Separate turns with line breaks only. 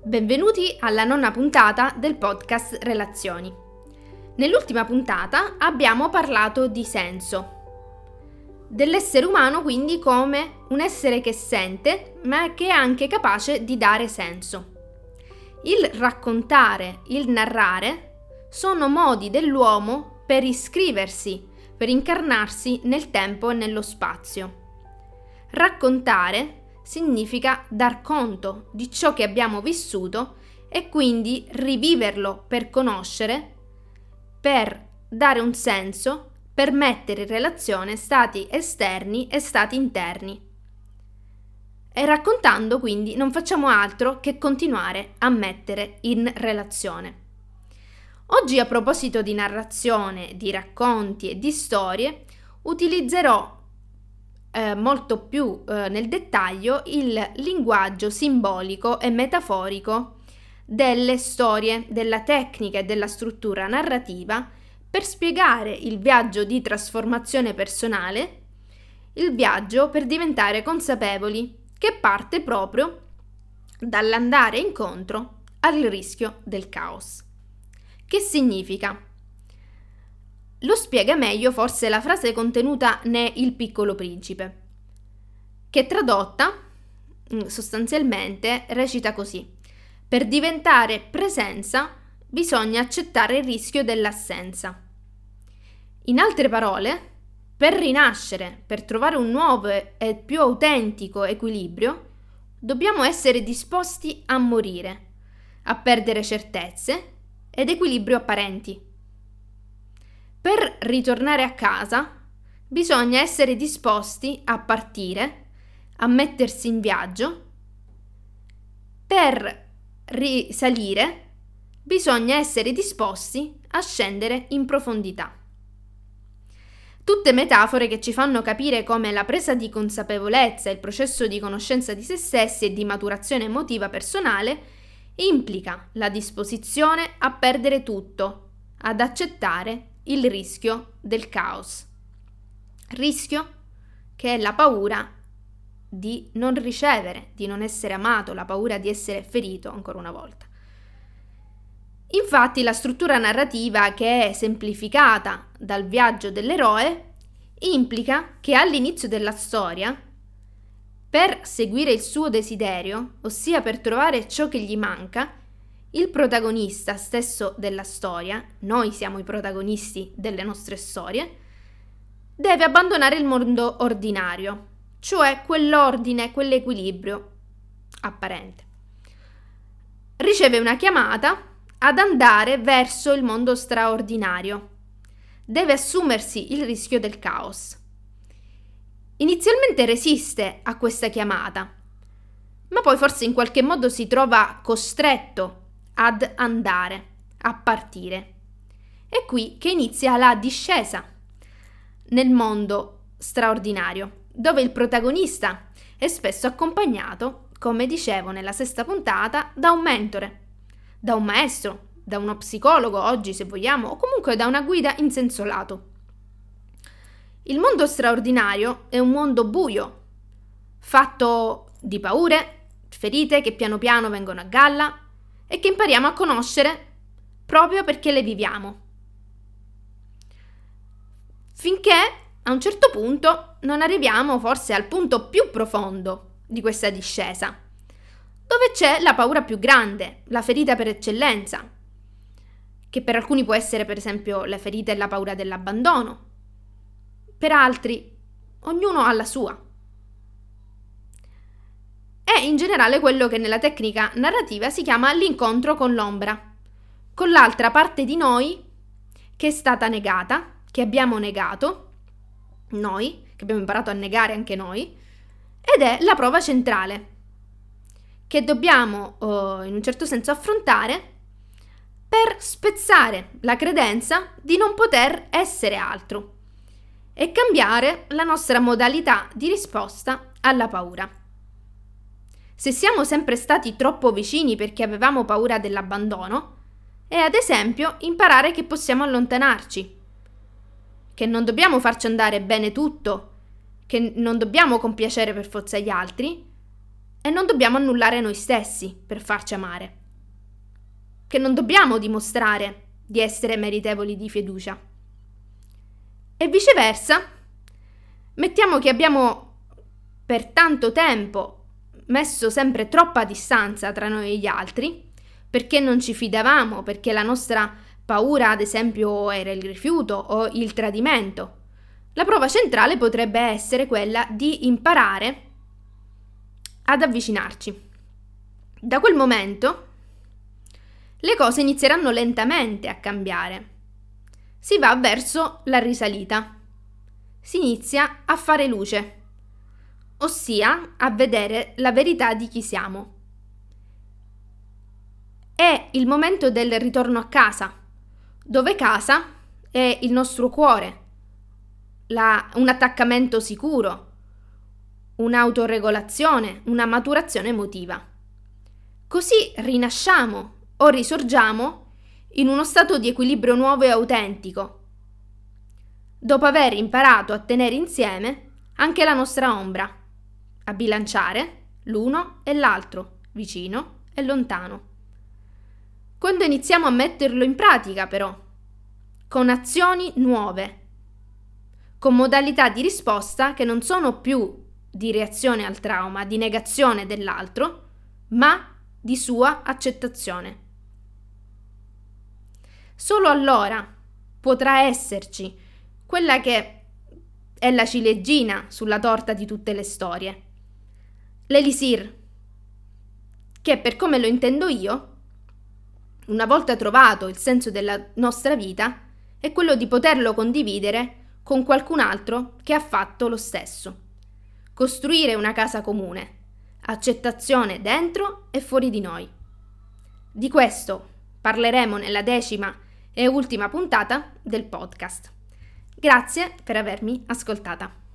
Benvenuti alla 9ª puntata del podcast Relazioni. Nell'ultima puntata abbiamo parlato di senso, dell'essere umano quindi come un essere che sente, ma che è anche capace di dare senso. Il raccontare, il narrare sono modi dell'uomo per iscriversi, per incarnarsi nel tempo e nello spazio. Raccontare significa dar conto di ciò che abbiamo vissuto e quindi riviverlo per conoscere, per dare un senso, per mettere in relazione stati esterni e stati interni. E raccontando quindi non facciamo altro che continuare a mettere in relazione. Oggi, a proposito di narrazione, di racconti e di storie, utilizzerò molto più nel dettaglio il linguaggio simbolico e metaforico delle storie, della tecnica e della struttura narrativa per spiegare il viaggio di trasformazione personale, il viaggio per diventare consapevoli, che parte proprio dall'andare incontro al rischio del caos. Che significa? Lo spiega meglio forse la frase contenuta ne Il Piccolo Principe, che tradotta sostanzialmente recita così: per diventare presenza bisogna accettare il rischio dell'assenza. In altre parole, per rinascere, per trovare un nuovo e più autentico equilibrio, dobbiamo essere disposti a morire, a perdere certezze ed equilibrio apparenti. Per ritornare a casa bisogna essere disposti a partire, a mettersi in viaggio. Per risalire bisogna essere disposti a scendere in profondità. Tutte metafore che ci fanno capire come la presa di consapevolezza e il processo di conoscenza di se stessi e di maturazione emotiva personale implica la disposizione a perdere tutto, ad accettare il rischio del caos. Rischio che è la paura di non ricevere, di non essere amato, la paura di essere ferito ancora una volta. Infatti la struttura narrativa, che è semplificata dal viaggio dell'eroe, implica che all'inizio della storia, per seguire il suo desiderio, ossia per trovare ciò che gli manca, il protagonista stesso della storia, noi siamo i protagonisti delle nostre storie, deve abbandonare il mondo ordinario, cioè quell'ordine, quell'equilibrio apparente. Riceve una chiamata ad andare verso il mondo straordinario. Deve assumersi il rischio del caos. Inizialmente resiste a questa chiamata, ma poi forse in qualche modo si trova costretto ad andare, a partire. È qui che inizia la discesa nel mondo straordinario, dove il protagonista è spesso accompagnato, come dicevo nella 6ª puntata, da un mentore, da un maestro, da uno psicologo oggi se vogliamo, o comunque da una guida in senso lato. Il mondo straordinario è un mondo buio, fatto di paure, ferite che piano piano vengono a galla e che impariamo a conoscere proprio perché le viviamo. Finché a un certo punto non arriviamo forse al punto più profondo di questa discesa, dove c'è la paura più grande, la ferita per eccellenza, che per alcuni può essere per esempio la ferita e la paura dell'abbandono, per altri ognuno ha la sua. È in generale quello che nella tecnica narrativa si chiama l'incontro con l'ombra, con l'altra parte di noi che è stata negata, che abbiamo negato, noi, che abbiamo imparato a negare anche noi, ed è la prova centrale, che dobbiamo in un certo senso affrontare per spezzare la credenza di non poter essere altro e cambiare la nostra modalità di risposta alla paura. Se siamo sempre stati troppo vicini perché avevamo paura dell'abbandono, è ad esempio imparare che possiamo allontanarci, che non dobbiamo farci andare bene tutto, che non dobbiamo compiacere per forza gli altri e non dobbiamo annullare noi stessi per farci amare. che non dobbiamo dimostrare di essere meritevoli di fiducia. E viceversa, mettiamo che abbiamo per tanto tempo messo sempre troppa distanza tra noi e gli altri, perché non ci fidavamo, perché la nostra paura, ad esempio, era il rifiuto o il tradimento. La prova centrale potrebbe essere quella di imparare ad avvicinarci. Da quel momento le cose inizieranno lentamente a cambiare. Si va verso la risalita. Si inizia a fare luce, ossia a vedere la verità di chi siamo. È il momento del ritorno a casa, dove casa è il nostro cuore, un attaccamento sicuro, un'autoregolazione, una maturazione emotiva. Così rinasciamo o risorgiamo in uno stato di equilibrio nuovo e autentico, dopo aver imparato a tenere insieme anche la nostra ombra, a bilanciare l'uno e l'altro, vicino e lontano. Quando iniziamo a metterlo in pratica, però, con azioni nuove, con modalità di risposta che non sono più di reazione al trauma, di negazione dell'altro, ma di sua accettazione. Solo allora potrà esserci quella che è la ciliegina sulla torta di tutte le storie, l'elisir, che per come lo intendo io, una volta trovato il senso della nostra vita, è quello di poterlo condividere con qualcun altro che ha fatto lo stesso. Costruire una casa comune, accettazione dentro e fuori di noi. Di questo parleremo nella 10ª e ultima puntata del podcast. Grazie per avermi ascoltata.